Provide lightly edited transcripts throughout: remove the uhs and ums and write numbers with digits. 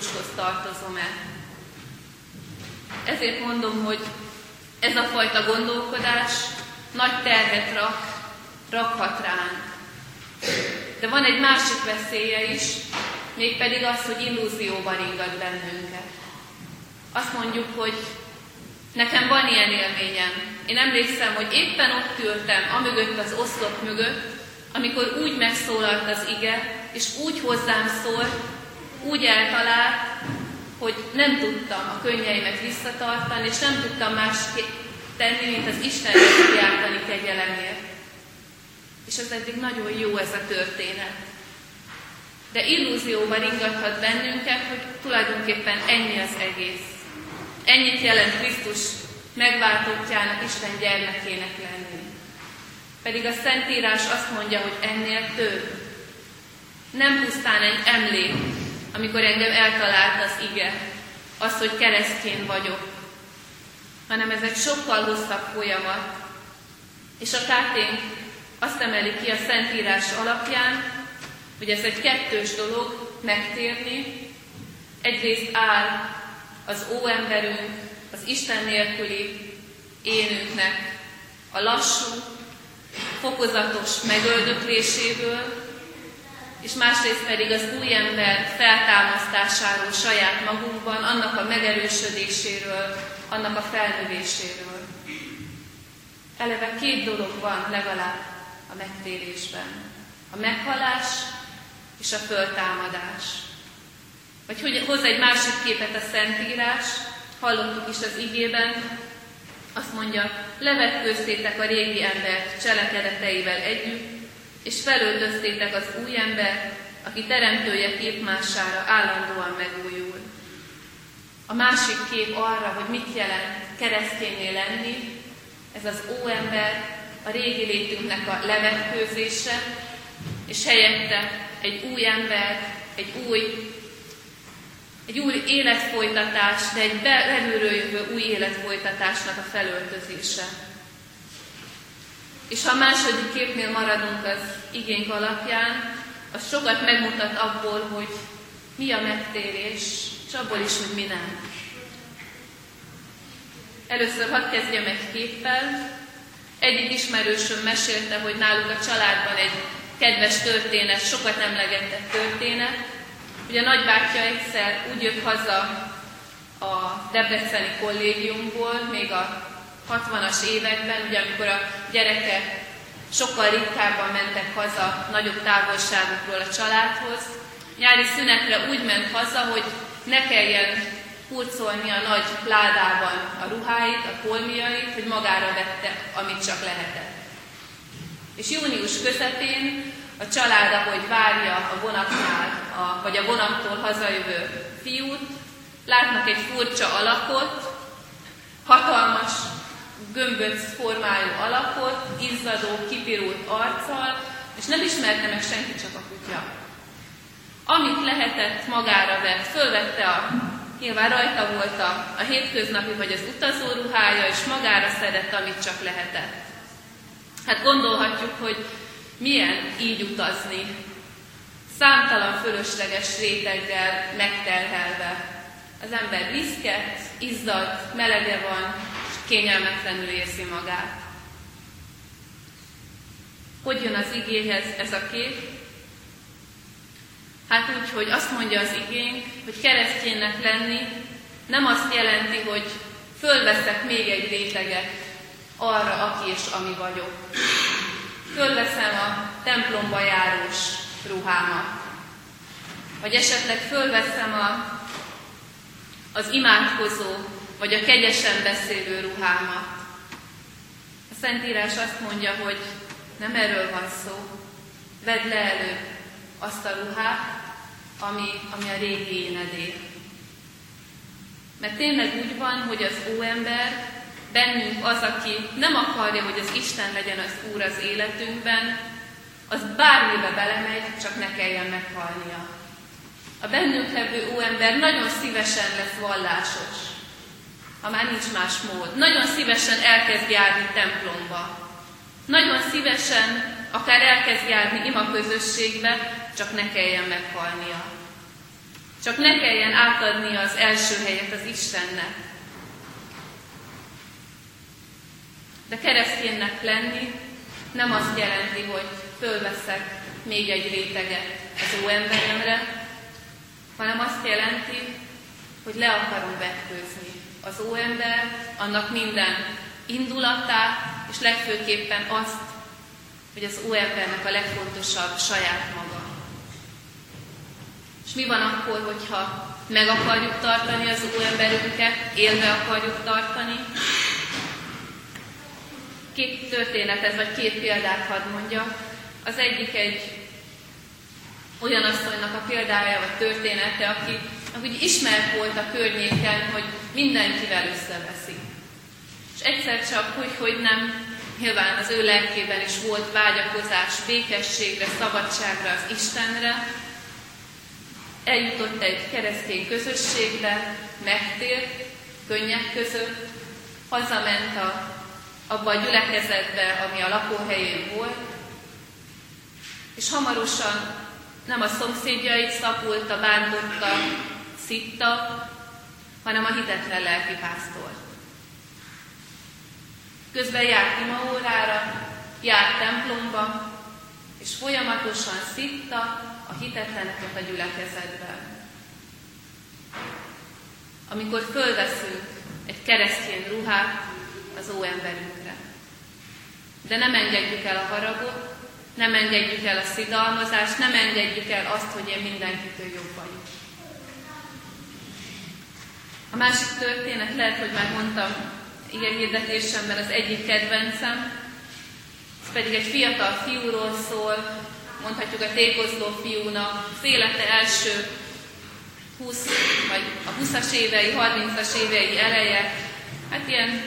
Krisztushoz tartozom-e. Ezért mondom, hogy ez a fajta gondolkodás nagy terhet rakhat ránk. De van egy másik veszélye is, mégpedig az, hogy illúzióban ringat bennünket. Azt mondjuk, hogy nekem van ilyen élményem. Én emlékszem, hogy éppen ott ültem, amögött az oszlop mögött, amikor úgy megszólalt az ige, és úgy hozzám szólt, úgy eltalált, hogy nem tudtam a könnyeimet visszatartani, és nem tudtam más tenni, mint az Istenre kiáltani kegyelemért. És ez eddig nagyon jó ez a történet. De illúzióban ringathat bennünket, hogy tulajdonképpen ennyi az egész. Ennyit jelent Krisztus megváltottjának, Isten gyermekének lenni. Pedig a Szentírás azt mondja, hogy ennél több. Nem pusztán egy emlék, amikor engem eltalált az ige, az, hogy keresztény vagyok, hanem ez egy sokkal hosszabb folyamat. És a KT azt emeli ki a Szentírás alapján, hogy ez egy kettős dolog megtérni. Egyrészt áll az óemberünk, az Isten nélküli énünknek a lassú, fokozatos megöldökléséből, és másrészt pedig az új ember feltámasztásáról saját magunkban, annak a megerősödéséről, annak a felnövéséről. Eleve két dolog van legalább a megtérésben. A meghalás és a föltámadás. Vagy hogy hoz egy másik képet a Szentírás, hallottuk is az igében, azt mondja, levetkőztétek a régi embert cselekedeteivel együtt, és felöltöztétek az új ember, aki teremtője képmására állandóan megújul. A másik kép arra, hogy mit jelent keresztényné lenni, ez az óember, a régi létünknek a levetkőzése, és helyette egy új ember, egy új életfolytatás, de egy belülről jövő új életfolytatásnak a felöltözése. És ha a második képnél maradunk az igénk alapján, az sokat megmutat abból, hogy mi a megtérés, és abból is, hogy mi nem. Először hadd kezdjem egy képpel. Egyik ismerősöm mesélte, hogy náluk a családban egy kedves történet, sokat emlegetett történet. Ugye a nagybátyja egyszer úgy jött haza a debreceni kollégiumból, még a 60-as években, ugye amikor a gyerekek sokkal ritkábban mentek haza nagyobb távolságokról a családhoz. Nyári szünetre úgy ment haza, hogy ne kelljen hurcolni a nagy ládában a ruháit, a kolmiait, hogy magára vette, amit csak lehetett. És június közepén a család, ahogy várja a vonatnál, vagy a vonattól hazajövő fiút, látnak egy furcsa alakot, hatalmas, gömböc formájú alakot, izzadó, kipirult arccal, és nem ismerte meg senki, csak a kutya. Amit lehetett, magára vett, fölvette nyilván rajta volt a hétköznapi vagy az utazóruhája, és magára szedett, amit csak lehetett. Hát gondolhatjuk, hogy milyen így utazni, számtalan fölösleges réteggel megterhelve. Az ember viszket, izzad, melege van, és kényelmetlenül érzi magát. Hogy jön az igéhez ez a kép? Hát úgy, hogy azt mondja az igénk, hogy kereszténynek lenni nem azt jelenti, hogy fölveszek még egy réteget arra, aki és ami vagyok. Fölveszem a templomba járós ruhámat. Vagy esetleg fölveszem az imádkozó, vagy a kegyesen beszélő ruhámat. A Szentírás azt mondja, hogy nem erről van szó. Vedd le előbb azt a ruhát, ami a régi énedé. Mert tényleg úgy van, hogy az óember bennünk az, aki nem akarja, hogy az Isten legyen az Úr az életünkben, az bármibe belemegy, csak ne kelljen meghalnia. A bennünk levő óember nagyon szívesen lesz vallásos, ha már nincs más mód. Nagyon szívesen elkezd járni templomba. Nagyon szívesen akár elkezd járni imaközösségbe, csak ne kelljen meghalnia. Csak ne kelljen átadni az első helyet az Istennek. De kereszténynek lenni nem azt jelenti, hogy fölveszek még egy réteget az óemberemre, hanem azt jelenti, hogy le akarom vetkőzni az óember, annak minden indulatát, és legfőképpen azt, hogy az óembernek a legfontosabb saját maga. És mi van akkor, hogyha meg akarjuk tartani az óemberünket, élve akarjuk tartani? Két történetet, vagy két példát hadd mondjak. Az egyik egy olyan asszonynak a példája, vagy története, aki úgy ismert volt a környéken, hogy mindenkivel összeveszi. És egyszer csak, hogy nem, nyilván az ő lelkében is volt vágyakozás békességre, szabadságra, az Istenre. Eljutott egy keresztény közösségbe, megtért, könnyek között, hazament abba a gyülekezetbe, ami a lakóhelyén volt, és hamarosan nem a szomszédjait szapulta, bántotta, szitta, hanem a hitetlen lelkipásztor. Közben járt imaórára, járt templomba, és folyamatosan szitta a hitetleneket a gyülekezetben. Amikor fölveszünk egy keresztény ruhát az óemberünkre. De nem engedjük el a haragot, nem engedjük el a szidalmazást, nem engedjük el azt, hogy én mindenkitől jobb vagyok. A másik történet, lehet, hogy már mondtam ilyen hirdetésemben, az egyik kedvencem, ez pedig egy fiatal fiúról szól, mondhatjuk a tékozló fiúnak, az élete első 20 vagy a 20-as évei, 30-as évei eleje, hát ilyen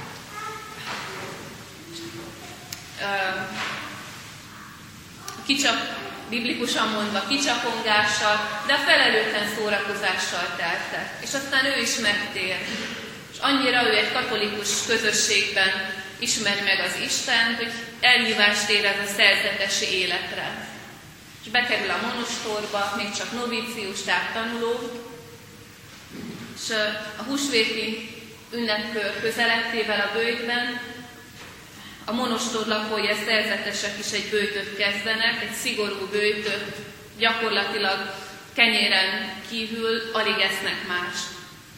biblikusan mondva kicsapongással, de a felelőtlen szórakozással teltek. És aztán ő is megtér. És annyira ő egy katolikus közösségben ismeri meg az Istent, hogy elhívást érez a szerzetesi életre. És bekerül a monostorba, még csak novícius, tehát tanuló, és a húsvéti ünnepkör közelettével a böjtben a monostor lakói, a szerzetesek is egy böjtöt kezdenek, egy szigorú böjtöt, gyakorlatilag kenyéren kívül alig esznek mást.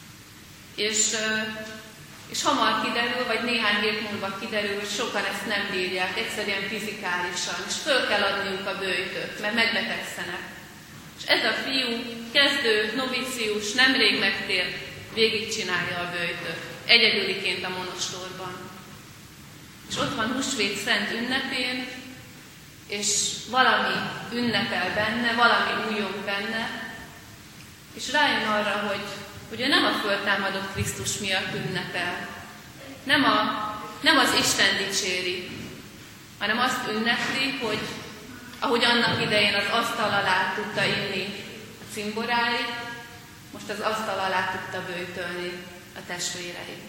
És hamar kiderül, vagy néhány hét múlva kiderül, hogy sokan ezt nem bírják, egyszerűen fizikálisan, és föl kell adniuk a böjtöt, mert megbetegszenek. És ez a fiú, kezdő, novícius, nemrég megtért, végigcsinálja a böjtöt, egyedüliként a monostorban. És ott van húsvét szent ünnepén, és valami ünnepel benne, valami újjon benne, és rájön arra, hogy ő nem a föltámadott Krisztus miatt ünnepel. Nem az Isten dicséri, hanem azt ünnepli, hogy ahogy annak idején az asztal alá tudta inni a cimboráit, most az asztal alá tudta böjtölni a testvéreit.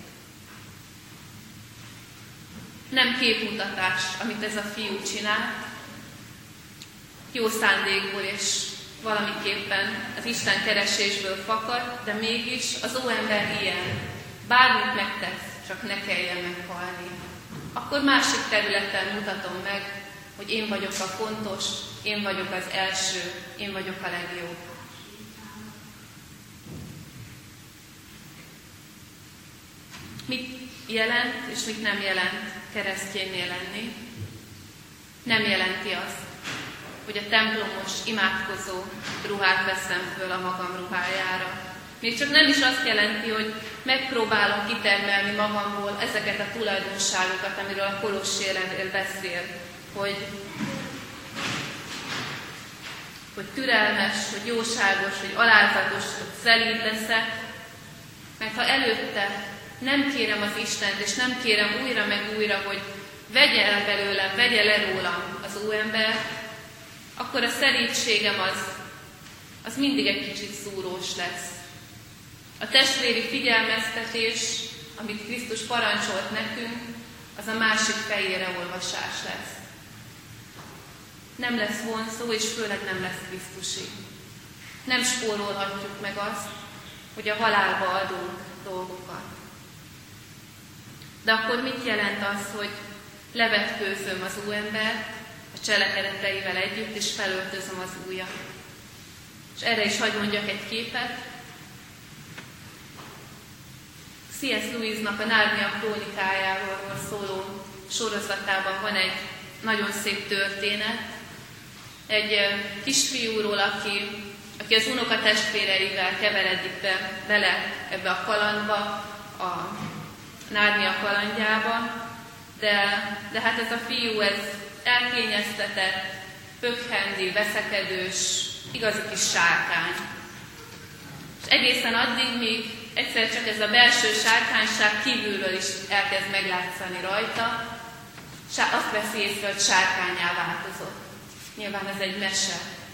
Nem képmutatás, amit ez a fiú csinált, jó szándékból és valamiképpen az Isten keresésből fakad, de mégis az óember ilyen. Bármit megtesz, csak ne kelljen meghalni. Akkor másik területen mutatom meg, hogy én vagyok a fontos, én vagyok az első, én vagyok a legjobb. Mit jelent és mit nem jelent keresztényné lenni? Nem jelenti azt, hogy a templomos, imádkozó ruhát veszem föl a magam ruhájára. Még csak nem is azt jelenti, hogy megpróbálom kitermelni magamból ezeket a tulajdonságokat, amiről a Kolossi levél beszél, hogy türelmes, hogy jóságos, hogy alázatos, hogy szelíd leszek, mert ha előtte nem kérem az Istent, és nem kérem újra meg újra, hogy vegye el belőlem, vegye le rólam az óember, akkor a szelídségem az mindig egy kicsit szúrós lesz. A testvéri figyelmeztetés, amit Krisztus parancsolt nekünk, az a másik fejére olvasás lesz. Nem lesz vonzó, és főleg nem lesz Krisztusi. Nem spórolhatjuk meg azt, hogy a halálba adunk dolgokat. De akkor mit jelent az, hogy levetkőzöm az óembert a cselekedeteivel együtt, és felöltözöm az újat? És erre is hadd mondjak egy képet. C.S. Lewisnak a Nárnia krónikájáról szóló sorozatában van egy nagyon szép történet. Egy kisfiúról, aki az unokatestvéreivel keveredik bele ebbe a kalandba, a Nárnia kalandjába, de hát ez a fiú, ez elkényeztetett, pökhendi, veszekedős, igazi kis sárkány. És egészen addig, míg egyszer csak ez a belső sárkányság kívülről is elkezd meglátszani rajta, azt veszi észre, hogy sárkánnyá változott. Nyilván ez egy mese.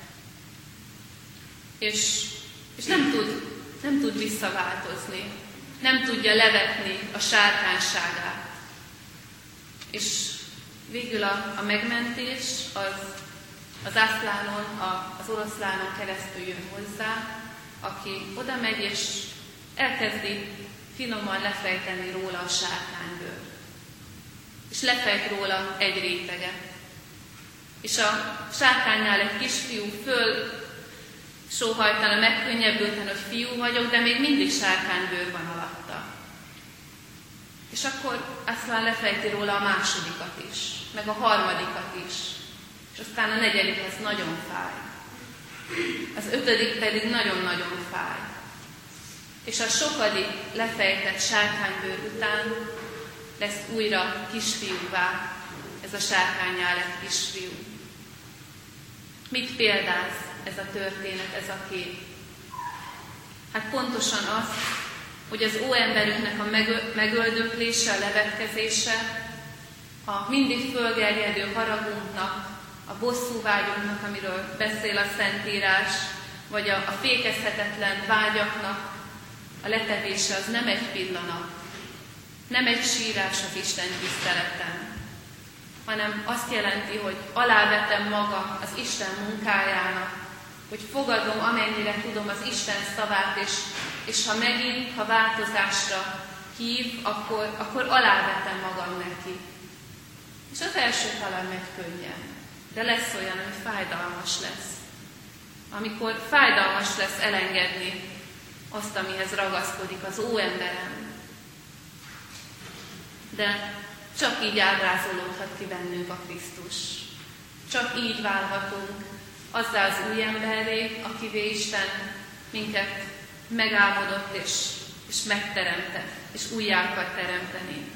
És nem tud visszaváltozni. Nem tudja levetni a sárkányságát. És végül a megmentés az Ászlánon, az oroszlánon keresztül jön hozzá, aki oda megy és elkezdi finoman lefejteni róla a sárkányből. És lefejt róla egy réteget. És a sárkánynál egy kisfiú föl sóhajtana, megkönnyebbülten, hogy fiú vagyok, de még mindig sárkánybőr van alatta. És akkor aztán lefejti róla a másodikat is, meg a harmadikat is. És aztán a negyedik az nagyon fáj. Az ötödik pedig nagyon-nagyon fáj. És a sokadik lefejtett sárkánybőr után lesz újra kisfiúvá ez a sárkánnyá lett kisfiú. Mit példáz ez a történet, ez a kép? Hát pontosan az, hogy az óemberünknek a megöldöklése, a levetkezése, a mindig fölgerjedő haragunknak, a bosszúvágyunknak, amiről beszél a Szentírás, vagy a fékezhetetlen vágyaknak a letevése, az nem egy pillanat, nem egy sírás az Isten tiszteleten, hanem azt jelenti, hogy alávetem magam az Isten munkájának, hogy fogadom, amennyire tudom az Isten szavát, és ha változásra hív, akkor alávetem magam neki. És az első talán megy könnyen, de lesz olyan, ami fájdalmas lesz. Amikor fájdalmas lesz elengedni azt, amihez ragaszkodik az óemberem. De csak így ábrázolódhat ki bennünk a Krisztus. Csak így válhatunk azzá az új emberré, akivé Isten minket megálmodott és megteremtett, és újjá akar teremteni.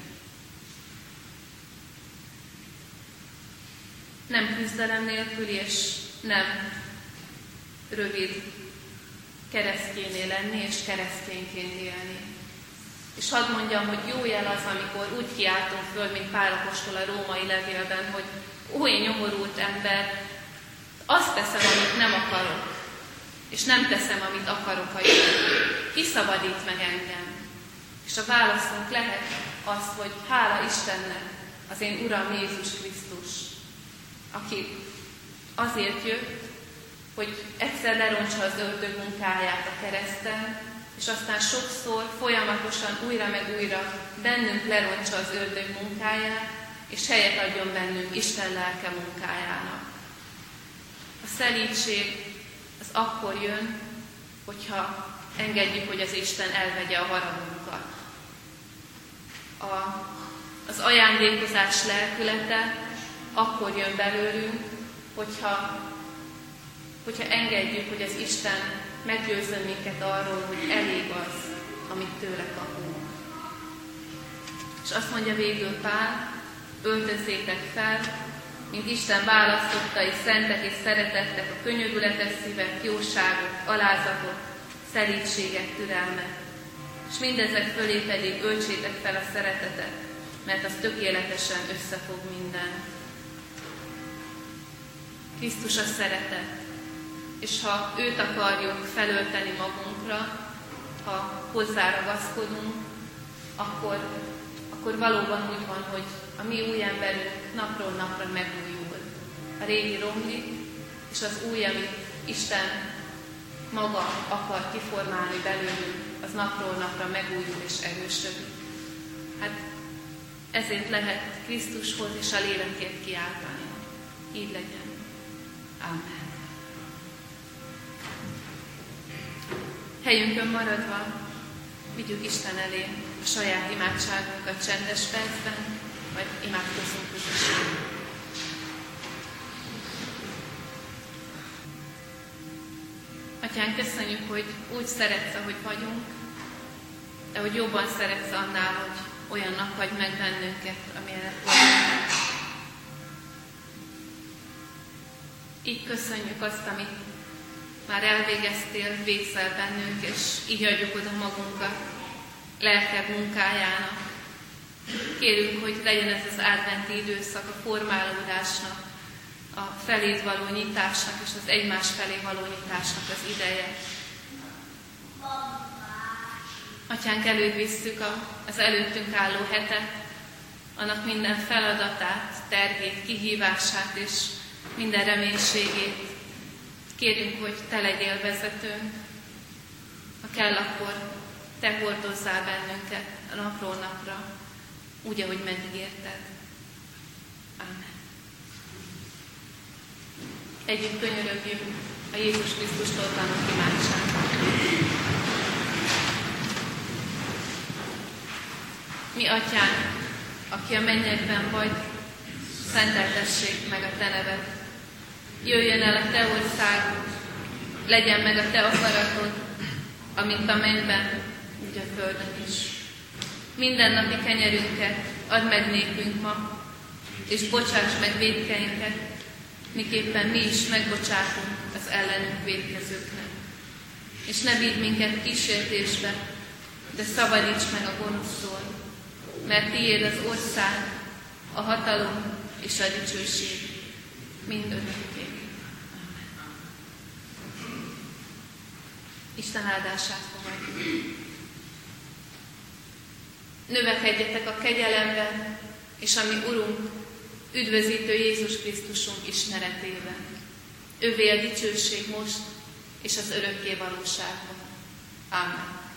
Nem küzdelem nélküli, és nem rövid keresztjéné lenni, és keresztényként élni. És hadd mondjam, hogy jó jel az, amikor úgy kiáltunk föl, mint Pál apostol a római levélben, hogy ó, én nyomorult ember, azt teszem, amit nem akarok, és nem teszem, amit akarok a jövő. Ki szabadít meg engem? És a válaszunk lehet az, hogy hála Istennek, az én Uram Jézus Krisztus, aki azért jött, hogy egyszer lerontsa az ördög munkáját a kereszten, és aztán sokszor, folyamatosan, újra meg újra bennünk lerontsa az ördög munkáját, és helyet adjon bennünk Isten lelke munkájának. A szelídség az akkor jön, hogyha engedjük, hogy az Isten elvegye a haragunkat. Az ajándékozás lelkülete akkor jön belőlünk, hogyha engedjük, hogy az Isten meggyőzzön minket arról, hogy elég az, amit tőle kapunk. És azt mondja végül Pál, öltözzétek fel, mint Isten választottai, szentek és szeretettek, a könyörületes szívet, jóságot, alázatot, szelídséget, türelmet. És mindezek fölé pedig öltsétek fel a szeretetet, mert az tökéletesen összefog minden. Krisztus a szeretet, és ha őt akarjuk felölteni magunkra, ha hozzáragaszkodunk, akkor valóban úgy van, hogy a mi új emberünk napról napra megújul. A régi romlik, és az új, amit Isten maga akar kiformálni belőlünk, az napról napra megújul és erősödik. Hát ezért lehet Krisztushoz és a lélekért kiáltani. Így legyen. Amen. Helyünkön maradva vigyük Isten elé a saját imádságunkat csendes percben, vagy imádkozunk közösen. Atyánk, köszönjük, hogy úgy szeretsz, ahogy vagyunk, de hogy jobban szeretsz annál, hogy olyannak vagy meg bennünket, amilyenek vagyunk. Így köszönjük azt, amit már elvégeztél, végzel bennünk, és így adjuk oda magunkat lelked munkájának. Kérünk, hogy legyen ez az adventi időszak a formálódásnak, a feléd való nyitásnak és az egymás felé való nyitásnak az ideje. Atyánk, előbb visszük az előttünk álló hetet, annak minden feladatát, terhét, kihívását és minden reménységét. Kérünk, hogy te legyél vezetőnk. Ha kell, akkor te hordozzál bennünket a napról napra, úgy, ahogy megígérted. Amen. Együtt könyörögjünk a Jézus Krisztustól tanult imádságot. Mi Atyánk, aki a mennyekben vagy, szenteltessék meg a te neved. Jöjjön el a te országod, legyen meg a te akaratod, amint a mennyben, úgy a földön is. Mindennapi kenyerünket add meg nékünk ma, és bocsáss meg vétkeinket, miképpen mi is megbocsátunk az ellenünk vétkezőknek. És ne vigy minket kísértésbe, de szabadíts meg a gonosztól, mert tiéd az ország, a hatalom és a dicsőség mindörökké. Isten áldását fogadjuk. Növekedjetek a kegyelemben, és a mi Urunk, üdvözítő Jézus Krisztusunk ismeretében. Ővé a dicsőség most, és az örökké valóságban. Amen.